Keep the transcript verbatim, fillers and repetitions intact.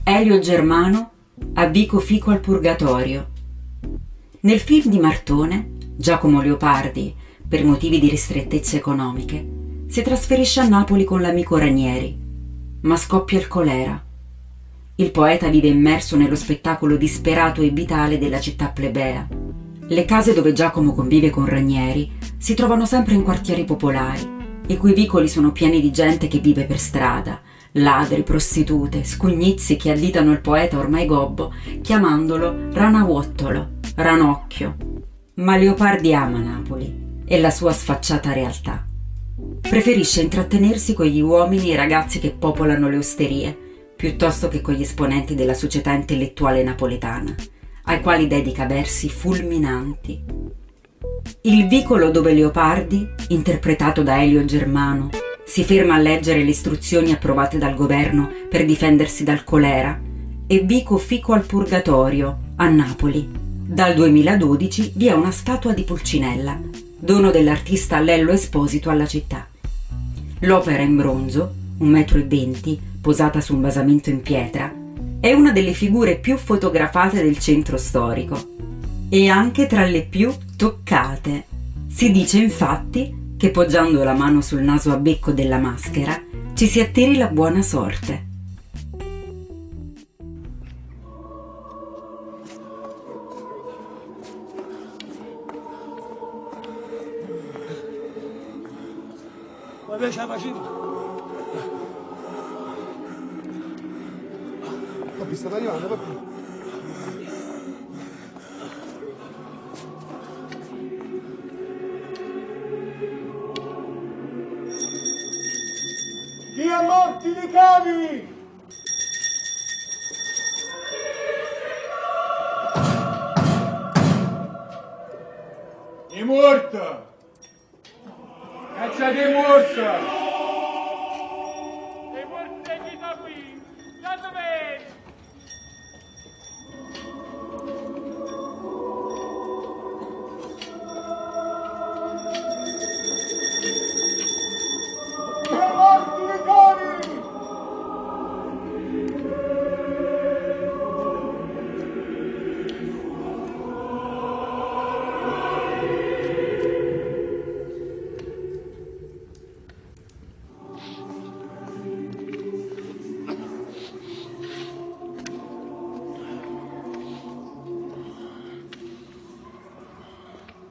Elio Germano a Vico Fico al Purgatorio. Nel film di Martone, Giacomo Leopardi, per motivi di ristrettezze economiche, si trasferisce a Napoli con l'amico Ranieri, ma scoppia il colera. Il poeta vive immerso nello spettacolo disperato e vitale della città plebea. Le case dove Giacomo convive con Ranieri si trovano sempre in quartieri popolari, i cui vicoli sono pieni di gente che vive per strada, ladri, prostitute, scugnizi che additano il poeta ormai gobbo, chiamandolo Ranavottolo, Ranocchio. Ma Leopardi ama Napoli e la sua sfacciata realtà. Preferisce intrattenersi con gli uomini e i ragazzi che popolano le osterie, piuttosto che con gli esponenti della società intellettuale napoletana, ai quali dedica versi fulminanti. Il vicolo dove Leopardi, interpretato da Elio Germano, si ferma a leggere le istruzioni approvate dal governo per difendersi dal colera, e Vico Fico al Purgatorio, a Napoli. Dal duemiladodici vi è una statua di Pulcinella, dono dell'artista Lello Esposito alla città. L'opera in bronzo, un metro e venti, posata su un basamento in pietra, è una delle figure più fotografate del centro storico e anche tra le più toccate. Si dice infatti che poggiando la mano sul naso a becco della maschera ci si attiri la buona sorte. Vabbè, ce la facendo. Papi, sta arrivando, papi. Chi è morti di cavi? È morta! Caccia di morta!